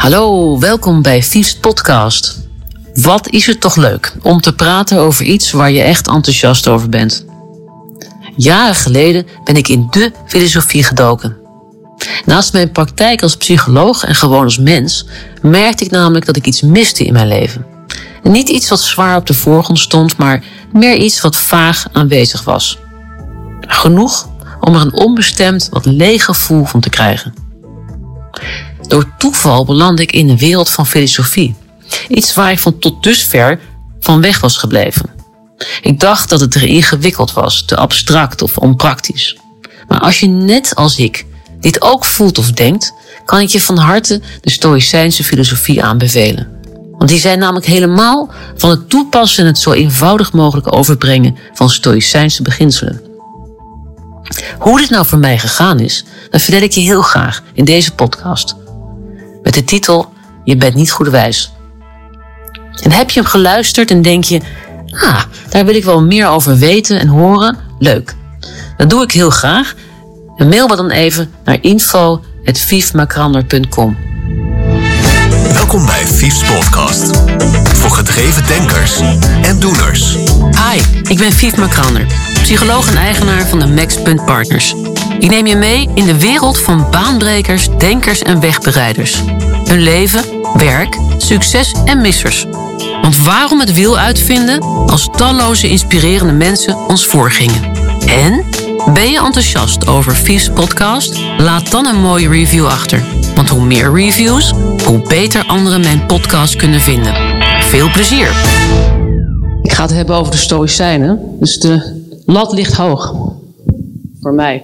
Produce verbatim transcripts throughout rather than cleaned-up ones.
Hallo, welkom bij Fief's podcast. Wat is het toch leuk om te praten over iets waar je echt enthousiast over bent. Jaren geleden ben ik in de filosofie gedoken. Naast mijn praktijk als psycholoog en gewoon als mens, merkte ik namelijk dat ik iets miste in mijn leven. En niet iets wat zwaar op de voorgrond stond, maar meer iets wat vaag aanwezig was. Genoeg om er een onbestemd, wat leeg gevoel van te krijgen. Door toeval belandde ik in de wereld van filosofie. Iets waar ik van tot dusver van weg was gebleven. Ik dacht dat het er ingewikkeld was, te abstract of onpraktisch. Maar als je net als ik dit ook voelt of denkt, kan ik je van harte de Stoïcijnse filosofie aanbevelen. Want die zijn namelijk helemaal van het toepassen en het zo eenvoudig mogelijk overbrengen van Stoïcijnse beginselen. Hoe dit nou voor mij gegaan is, dat vertel ik je heel graag in deze podcast. Met de titel Je bent niet goed wijs. En heb je hem geluisterd en denk je, ah, daar wil ik wel meer over weten en horen? Leuk. Dat doe ik heel graag. En mail me dan even naar info at fiefmakrander punt com. Welkom bij Fief's podcast. Voor gedreven denkers en doeners. Hi, ik ben Fief Makrander, psycholoog en eigenaar van de Max Punt Partners. Ik neem je mee in de wereld van baanbrekers, denkers en wegbereiders. Hun leven, werk, succes en missers. Want waarom het wiel uitvinden als talloze inspirerende mensen ons voorgingen? En ben je enthousiast over Fief's podcast? Laat dan een mooie review achter. Want hoe meer reviews, hoe beter anderen mijn podcast kunnen vinden. Veel plezier! Ik ga het hebben over de Stoïcijnen. Dus de lat ligt hoog. Voor mij.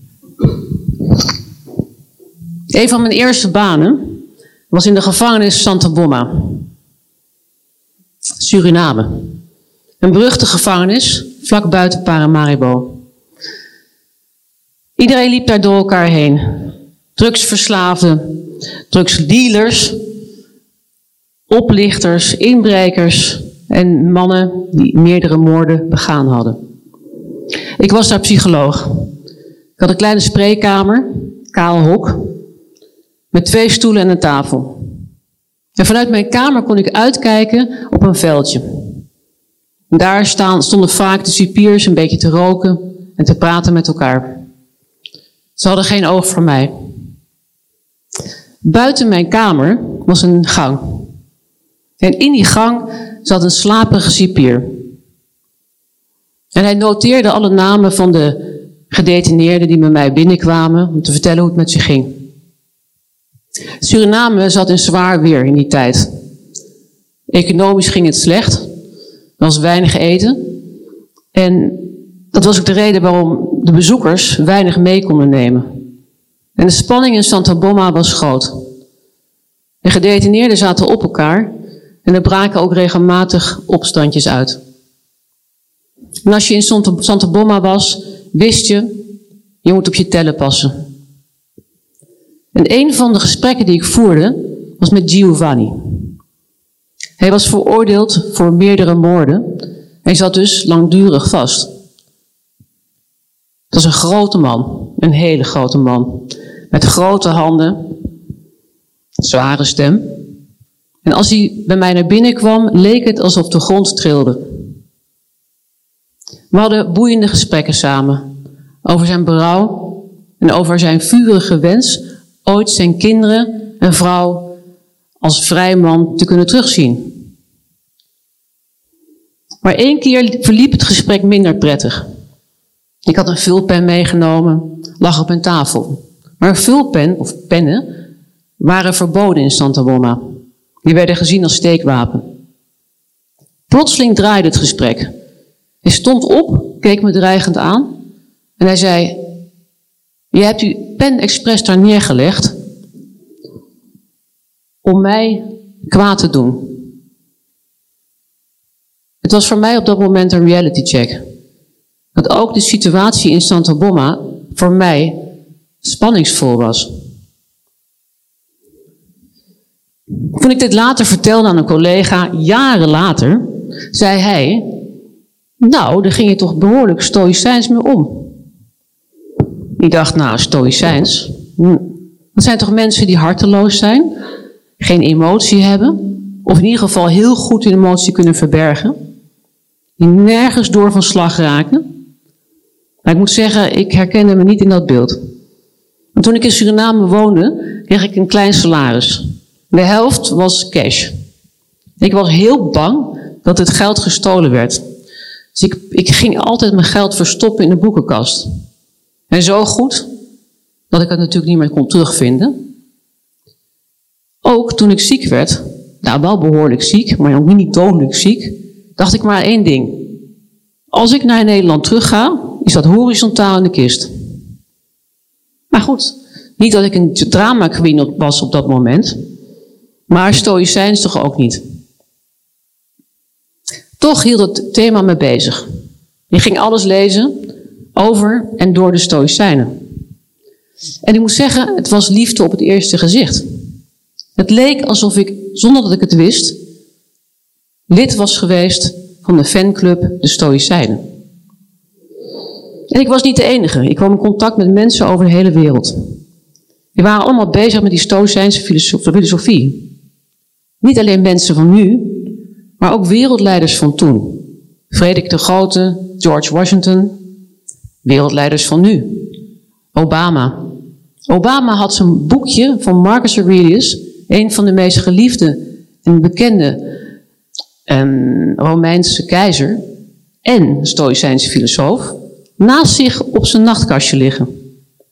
Een van mijn eerste banen was in de gevangenis Santa Bomba. Suriname. Een beruchte gevangenis, vlak buiten Paramaribo. Iedereen liep daar door elkaar heen. Drugsverslaafden, drugsdealers, oplichters, inbrekers en mannen die meerdere moorden begaan hadden. Ik was daar psycholoog. Ik had een kleine spreekkamer, kaal hok, met twee stoelen en een tafel. En vanuit mijn kamer kon ik uitkijken op een veldje. En daar staan, stonden vaak de cipiers een beetje te roken en te praten met elkaar. Ze hadden geen oog voor mij. Buiten mijn kamer was een gang. En in die gang zat een slaperige cipier. En hij noteerde alle namen van de gedetineerden die bij mij binnenkwamen om te vertellen hoe het met ze ging. Suriname zat in zwaar weer in die tijd. Economisch ging het slecht. Er was weinig eten. En dat was ook de reden waarom de bezoekers weinig mee konden nemen. En de spanning in Santa Bomba was groot. De gedetineerden zaten op elkaar en er braken ook regelmatig opstandjes uit. En als je in Santa Bomba was, wist je, je moet op je tellen passen. En een van de gesprekken die ik voerde, was met Giovanni. Hij was veroordeeld voor meerdere moorden. Hij zat dus langdurig vast. Het was een grote man, een hele grote man. Met grote handen, zware stem. En als hij bij mij naar binnen kwam, leek het alsof de grond trilde. We hadden boeiende gesprekken samen. Over zijn berouw en over zijn vurige wens ooit zijn kinderen en vrouw als vrij man te kunnen terugzien. Maar één keer verliep het gesprek minder prettig. Ik had een vulpen meegenomen, lag op mijn tafel. Maar een vulpen, of pennen, waren verboden in Santa Bomba. Die werden gezien als steekwapen. Plotseling draaide het gesprek. Hij stond op, keek me dreigend aan en hij zei: je hebt uw pen expres daar neergelegd om mij kwaad te doen. Het was voor mij op dat moment een reality check. Dat ook de situatie in Santa Bomba voor mij spanningsvol was. Toen ik dit later vertelde aan een collega, jaren later, zei hij: nou, daar ging je toch behoorlijk stoïcijns mee om. Ik dacht, nou, stoïcijns, hm, dat zijn toch mensen die harteloos zijn? geen emotie hebben, of in ieder geval heel goed hun emotie kunnen verbergen, die nergens door van slag raken. Maar ik moet zeggen, ik herkende me niet in dat beeld. En toen ik in Suriname woonde, kreeg ik een klein salaris. De helft was cash. Ik was heel bang dat het geld gestolen werd. Dus ik, ik ging altijd mijn geld verstoppen in de boekenkast. En zo goed dat ik het natuurlijk niet meer kon terugvinden. Ook toen ik ziek werd, nou wel behoorlijk ziek, maar ook niet dodelijk ziek, dacht ik maar één ding. Als ik naar Nederland terug ga, is dat horizontaal in de kist. Maar goed, niet dat ik een drama queen was op dat moment, maar stoïcijns toch ook niet. Toch hield het thema me bezig. Ik ging alles lezen over en door de stoïcijnen. En ik moet zeggen, het was liefde op het eerste gezicht. Het leek alsof ik, zonder dat ik het wist, lid was geweest van de fanclub de Stoïcijnen. En ik was niet de enige. Ik kwam in contact met mensen over de hele wereld. Die waren allemaal bezig met die Stoïcijnse filosofie. Niet alleen mensen van nu, maar ook wereldleiders van toen. Frederik de Grote, George Washington, wereldleiders van nu. Obama. Obama had zijn boekje van Marcus Aurelius, een van de meest geliefde en bekende um, Romeinse keizer en Stoïcijnse filosoof, naast zich op zijn nachtkastje liggen.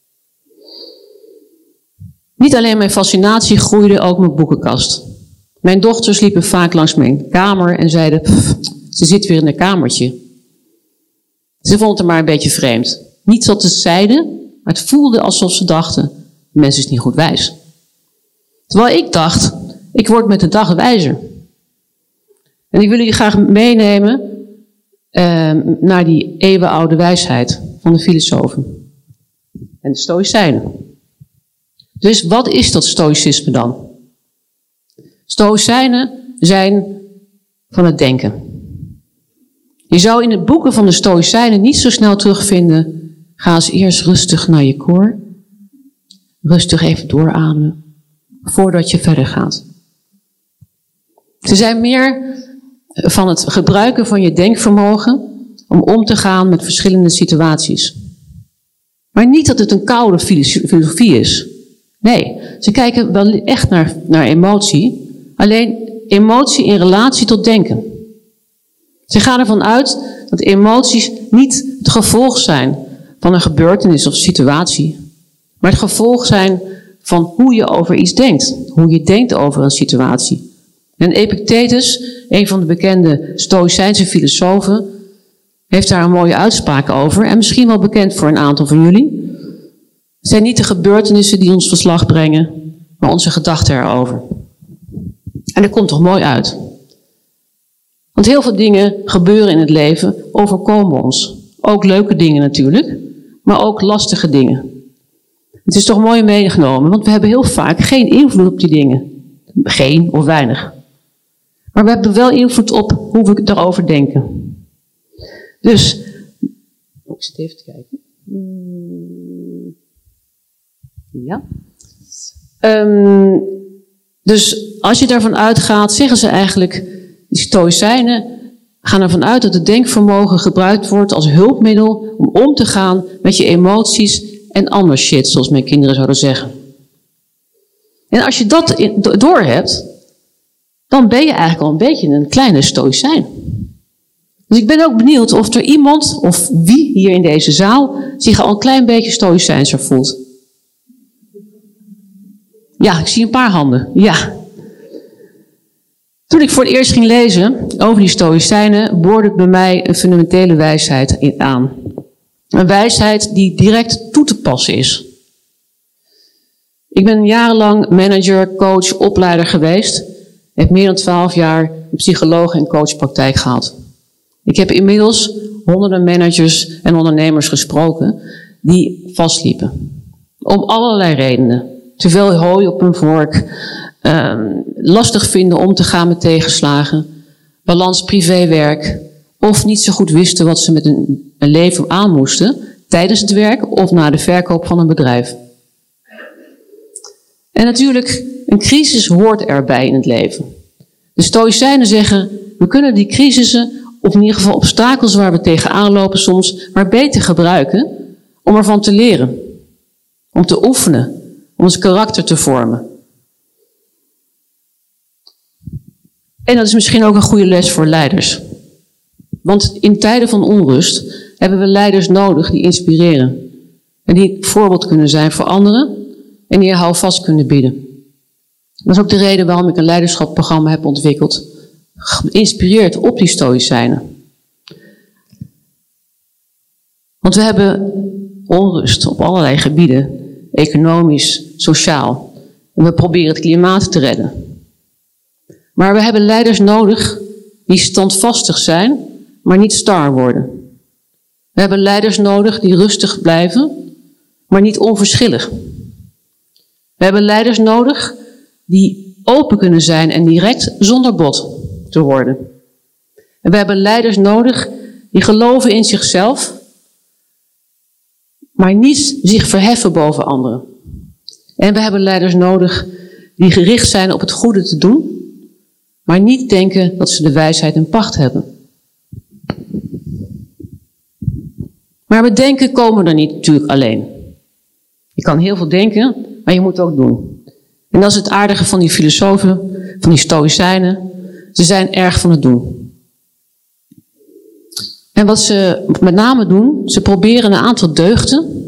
Niet alleen mijn fascinatie groeide, ook mijn boekenkast. Mijn dochters liepen vaak langs mijn kamer en zeiden, pff, ze zit weer in een kamertje. Ze vonden het maar een beetje vreemd. Niet dat ze zeiden, maar het voelde alsof ze dachten, de mens is niet goed wijs. Terwijl ik dacht, ik word met de dag wijzer. En ik wil jullie graag meenemen uh, naar die eeuwenoude wijsheid van de filosofen en de stoïcijnen. Dus wat is dat stoïcisme dan? Stoïcijnen zijn van het denken. Je zou in de boeken van de stoïcijnen niet zo snel terugvinden, ga eens eerst rustig naar je koor, rustig even doorademen, voordat je verder gaat. Ze zijn meer van het gebruiken van je denkvermogen om om te gaan met verschillende situaties. Maar niet dat het een koude filosofie is. Nee, ze kijken wel echt naar, naar emotie, alleen emotie in relatie tot denken. Ze gaan ervan uit dat emoties niet het gevolg zijn van een gebeurtenis of situatie, maar het gevolg zijn van hoe je over iets denkt, hoe je denkt over een situatie. En Epictetus, een van de bekende Stoïcijnse filosofen, heeft daar een mooie uitspraak over en misschien wel bekend voor een aantal van jullie. Het zijn niet de gebeurtenissen die ons verslag brengen, maar onze gedachten erover. En dat komt toch mooi uit. Want heel veel dingen gebeuren in het leven, overkomen ons. Ook leuke dingen natuurlijk, maar ook lastige dingen. Het is toch mooi meegenomen, want we hebben heel vaak geen invloed op die dingen. Geen of weinig. Maar we hebben wel invloed op hoe we daarover denken. Dus, oh, ik zit even te kijken. Ja. Um, dus als je daarvan uitgaat, zeggen ze eigenlijk, die stoïcijnen gaan ervan uit dat het denkvermogen gebruikt wordt als hulpmiddel om om te gaan met je emoties en ander shit, zoals mijn kinderen zouden zeggen. En als je dat in, door hebt, dan ben je eigenlijk al een beetje een kleine stoïcijn. Dus ik ben ook benieuwd of er iemand, of wie hier in deze zaal, zich al een klein beetje stoïcijnser voelt. Ja, ik zie een paar handen. Ja. Toen ik voor het eerst ging lezen over die stoïcijnen, boorde het bij mij een fundamentele wijsheid aan. Een wijsheid die direct toe te passen is. Ik ben jarenlang manager, coach, opleider geweest. Ik heb meer dan twaalf jaar een psycholoog- en coachpraktijk gehad. Ik heb inmiddels honderden managers en ondernemers gesproken die vastliepen. Om allerlei redenen. Te veel hooi op hun vork, uh, lastig vinden om te gaan met tegenslagen, balans privé-werk, of niet zo goed wisten wat ze met hun, hun leven aan moesten, tijdens het werk of na de verkoop van een bedrijf. En natuurlijk Een crisis hoort erbij in het leven. De Stoïcijnen zeggen, we kunnen die crisissen, of in ieder geval obstakels waar we tegenaan lopen soms, maar beter gebruiken om ervan te leren. Om te oefenen, om ons karakter te vormen. En dat is misschien ook een goede les voor leiders. Want in tijden van onrust hebben we leiders nodig die inspireren. En die het voorbeeld kunnen zijn voor anderen en die houvast kunnen bieden. Dat is ook de reden waarom ik een leiderschapsprogramma heb ontwikkeld. Geïnspireerd op die Stoïcijnen. Want we hebben onrust op allerlei gebieden. Economisch, sociaal. En we proberen het klimaat te redden. Maar we hebben leiders nodig die standvastig zijn, maar niet star worden. We hebben leiders nodig die rustig blijven, maar niet onverschillig. We hebben leiders nodig die open kunnen zijn en direct zonder bot te worden. En we hebben leiders nodig die geloven in zichzelf, maar niet zich verheffen boven anderen. En we hebben leiders nodig die gericht zijn op het goede te doen, maar niet denken dat ze de wijsheid in pacht hebben. Maar met denken komen we er niet natuurlijk alleen. Je kan heel veel denken, maar je moet het ook doen. En dat is het aardige van die filosofen, van die Stoïcijnen. Ze zijn erg van het doen. En wat ze met name doen, ze proberen een aantal deugden.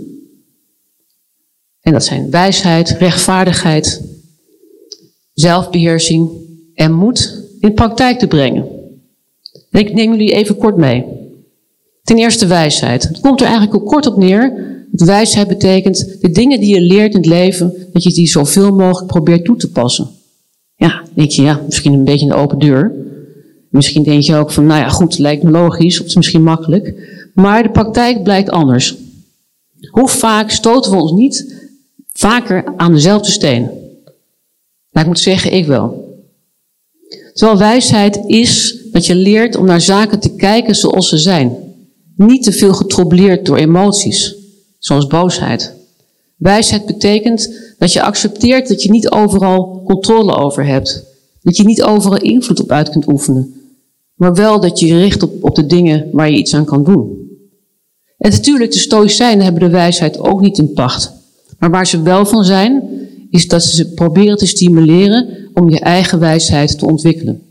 En dat zijn wijsheid, rechtvaardigheid, zelfbeheersing en moed in praktijk te brengen. En ik neem jullie even kort mee. Ten eerste wijsheid. Het komt er eigenlijk ook kort op neer. Dat wijsheid betekent de dingen die je leert in het leven, dat je die zoveel mogelijk probeert toe te passen. Ja, denk je, ja, misschien een beetje een open deur. Misschien denk je ook van, nou ja, goed, lijkt me logisch, of het is misschien makkelijk. Maar de praktijk blijkt anders. Hoe vaak stoten we ons niet vaker aan dezelfde steen? Nou, ik moet zeggen, ik wel. Terwijl wijsheid is dat je leert om naar zaken te kijken zoals ze zijn. Niet te veel getroubleerd door emoties, zoals boosheid. Wijsheid betekent dat je accepteert dat je niet overal controle over hebt. Dat je niet overal invloed op uit kunt oefenen. Maar wel dat je je richt op, op de dingen waar je iets aan kan doen. En natuurlijk, de Stoïcijnen hebben de wijsheid ook niet in pacht. Maar waar ze wel van zijn, is dat ze proberen te stimuleren om je eigen wijsheid te ontwikkelen.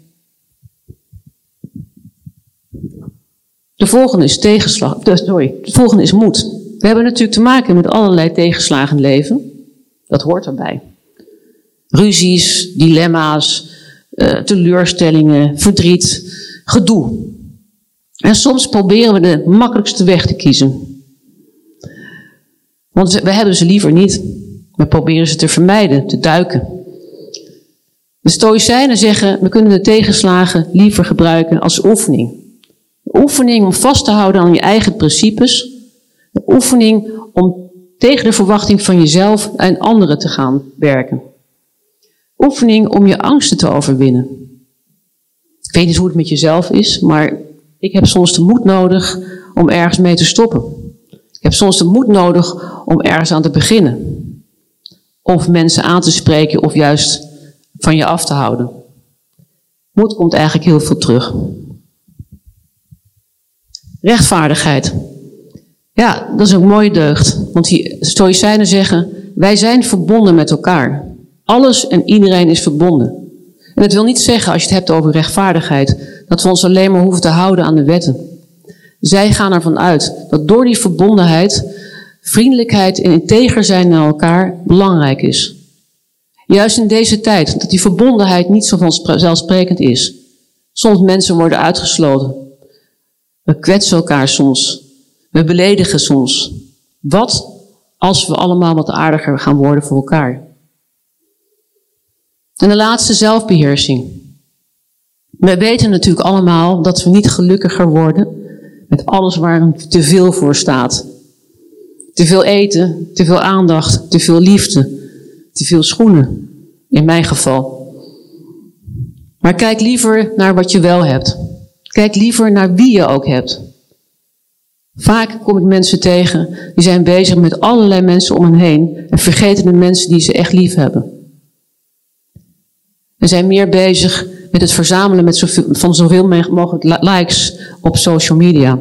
De volgende is tegenslag. Sorry, de volgende is moed. We hebben natuurlijk te maken met allerlei tegenslagen in het leven. Dat hoort erbij. Ruzies, dilemma's, uh, teleurstellingen, verdriet, gedoe. En soms proberen we de makkelijkste weg te kiezen. Want we hebben ze liever niet. We proberen ze te vermijden, te duiken. De Stoïcijnen zeggen, we kunnen de tegenslagen liever gebruiken als oefening. De oefening om vast te houden aan je eigen principes. De oefening om tegen de verwachting van jezelf en anderen te gaan werken. Oefening om je angsten te overwinnen. Ik weet niet hoe het met jezelf is, maar ik heb soms de moed nodig om ergens mee te stoppen. Ik heb soms de moed nodig om ergens aan te beginnen. Of mensen aan te spreken of juist van je af te houden. Moed komt eigenlijk heel veel terug. Rechtvaardigheid. Ja, dat is een mooie deugd. Want die Stoïcijnen zeggen, wij zijn verbonden met elkaar. Alles en iedereen is verbonden. En dat wil niet zeggen, als je het hebt over rechtvaardigheid, dat we ons alleen maar hoeven te houden aan de wetten. Zij gaan ervan uit dat door die verbondenheid vriendelijkheid en integer zijn naar elkaar belangrijk is. Juist in deze tijd, dat die verbondenheid niet zo vanzelfsprekend is. Soms mensen worden uitgesloten. We kwetsen elkaar soms. We beledigen soms. Wat als we allemaal wat aardiger gaan worden voor elkaar? En de laatste, zelfbeheersing. We weten natuurlijk allemaal dat we niet gelukkiger worden met alles waar een te veel voor staat. Te veel eten, te veel aandacht, te veel liefde, te veel schoenen, in mijn geval. Maar kijk liever naar wat je wel hebt. Kijk liever naar wie je ook hebt. Vaak kom ik mensen tegen, die zijn bezig met allerlei mensen om hen heen en vergeten de mensen die ze echt lief hebben. We zijn meer bezig met het verzamelen met zoveel, van zoveel mogelijk likes op social media.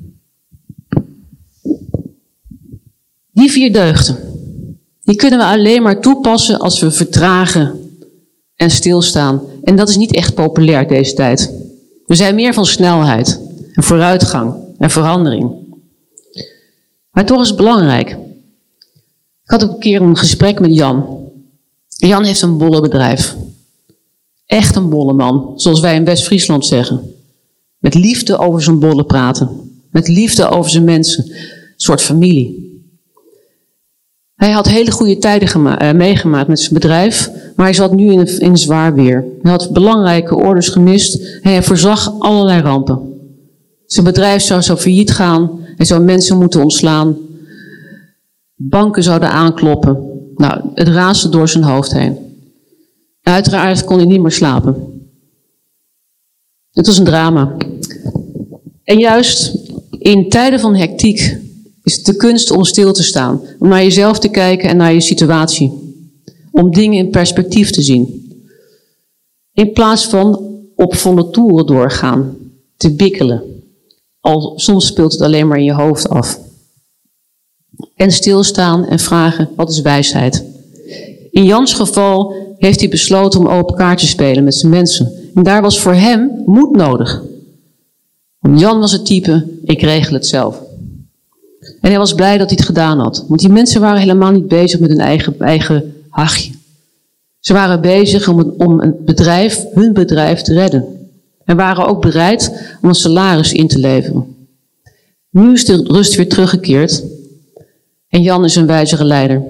Die vier deugden, die kunnen we alleen maar toepassen als we vertragen en stilstaan. En dat is niet echt populair deze tijd. We zijn meer van snelheid en vooruitgang en verandering. Maar toch is het belangrijk. Ik had ook een keer een gesprek met Jan. Jan heeft een bollenbedrijf. Echt een bolleman, zoals wij in West-Friesland zeggen. Met liefde over zijn bollen praten. Met liefde over zijn mensen. Een soort familie. Hij had hele goede tijden gema- uh, meegemaakt met zijn bedrijf, maar hij zat nu in, in zwaar weer. Hij had belangrijke orders gemist en hij voorzag allerlei rampen. Zijn bedrijf zou zo failliet gaan, hij zou mensen moeten ontslaan. Banken zouden aankloppen. Nou, het raasde door zijn hoofd heen. Uiteraard kon hij niet meer slapen. Het was een drama. En juist in tijden van hectiek is het de kunst om stil te staan. Om naar jezelf te kijken en naar je situatie. Om dingen in perspectief te zien. In plaats van op volle toeren doorgaan. Te bikkelen. Al soms speelt het alleen maar in je hoofd af. En stilstaan en vragen, wat is wijsheid? In Jans geval heeft hij besloten om open kaart te spelen met zijn mensen. En daar was voor hem moed nodig. Want Jan was het type, ik regel het zelf. En hij was blij dat hij het gedaan had. Want die mensen waren helemaal niet bezig met hun eigen, eigen hachje. Ze waren bezig om, het, om een bedrijf, hun bedrijf te redden. En waren ook bereid om een salaris in te leveren. Nu is de rust weer teruggekeerd. En Jan is een wijzere leider.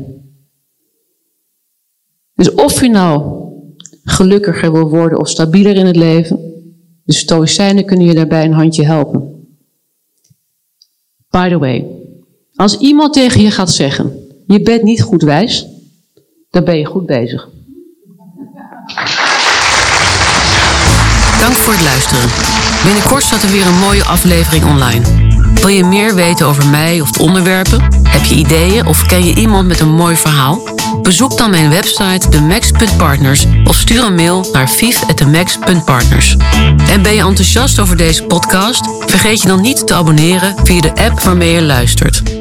Dus of je nou gelukkiger wil worden of stabieler in het leven, de Stoïcijnen kunnen je daarbij een handje helpen. By the way, als iemand tegen je gaat zeggen, je bent niet goed wijs, dan ben je goed bezig. Dank voor het luisteren. Binnenkort staat er weer een mooie aflevering online. Wil je meer weten over mij of de onderwerpen? Heb je ideeën of ken je iemand met een mooi verhaal? Bezoek dan mijn website de max punt partners of stuur een mail naar vief at de max punt partners. En ben je enthousiast over deze podcast? Vergeet je dan niet te abonneren via de app waarmee je luistert.